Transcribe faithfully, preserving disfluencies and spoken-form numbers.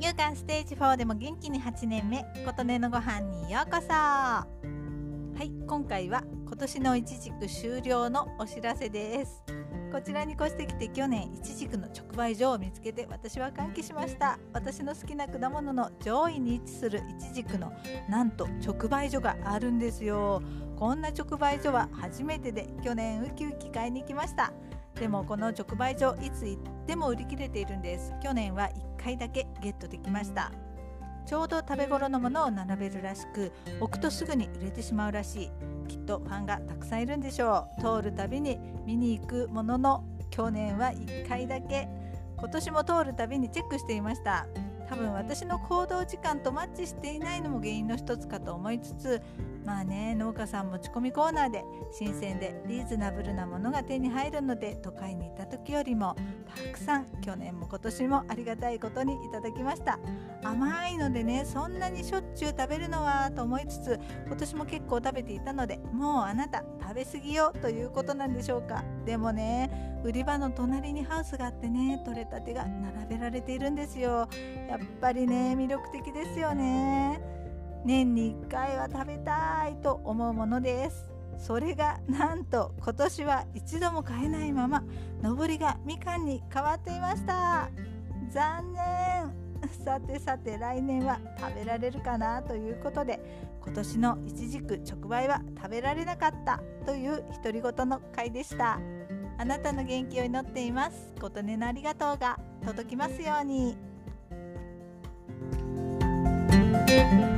乳がんステージフォーでも元気にはちねんめ、琴音のご飯にようこそ。はい、今回は今年のいちじく終了のお知らせです。こちらに越してきて去年いちじくの直売所を見つけて私は歓喜しました。私の好きな果物の上位に位置するいちじくのなんと直売所があるんですよ。こんな直売所は初めてで去年ウキウキ買いに来ました。でもこの直売所いつ行っても売り切れているんです。去年はいっかいだけゲットできました。ちょうど食べ頃のものを並べるらしく、置くとすぐに売れてしまうらしい。きっとファンがたくさんいるんでしょう。通るたびに見に行くものの、去年はいっかいだけ。今年も通るたびにチェックしていました。多分私の行動時間とマッチしていないのも原因の一つかと思いつつ、まあね、農家さん持ち込みコーナーで新鮮でリーズナブルなものが手に入るので、都会にいた時よりもたくさん去年も今年もありがたいことにいただきました。甘いのでね、そんなにしょっちゅう食べるのはと思いつつ、今年も結構食べていたので、もうあなた食べ過ぎよということなんでしょうか。でもね、売り場の隣にハウスがあってね、取れたてが並べられているんですよ。やっぱりね、魅力的ですよね。年にいっかいは食べたいと思うものです。それがなんと今年は一度も買えないまま上りがみかんに変わっていました。残念。さてさて来年は食べられるかなということで、今年のいちじく直売は食べられなかったという独り言の回でした。あなたの元気を祈っています。琴音のありがとうが届きますように。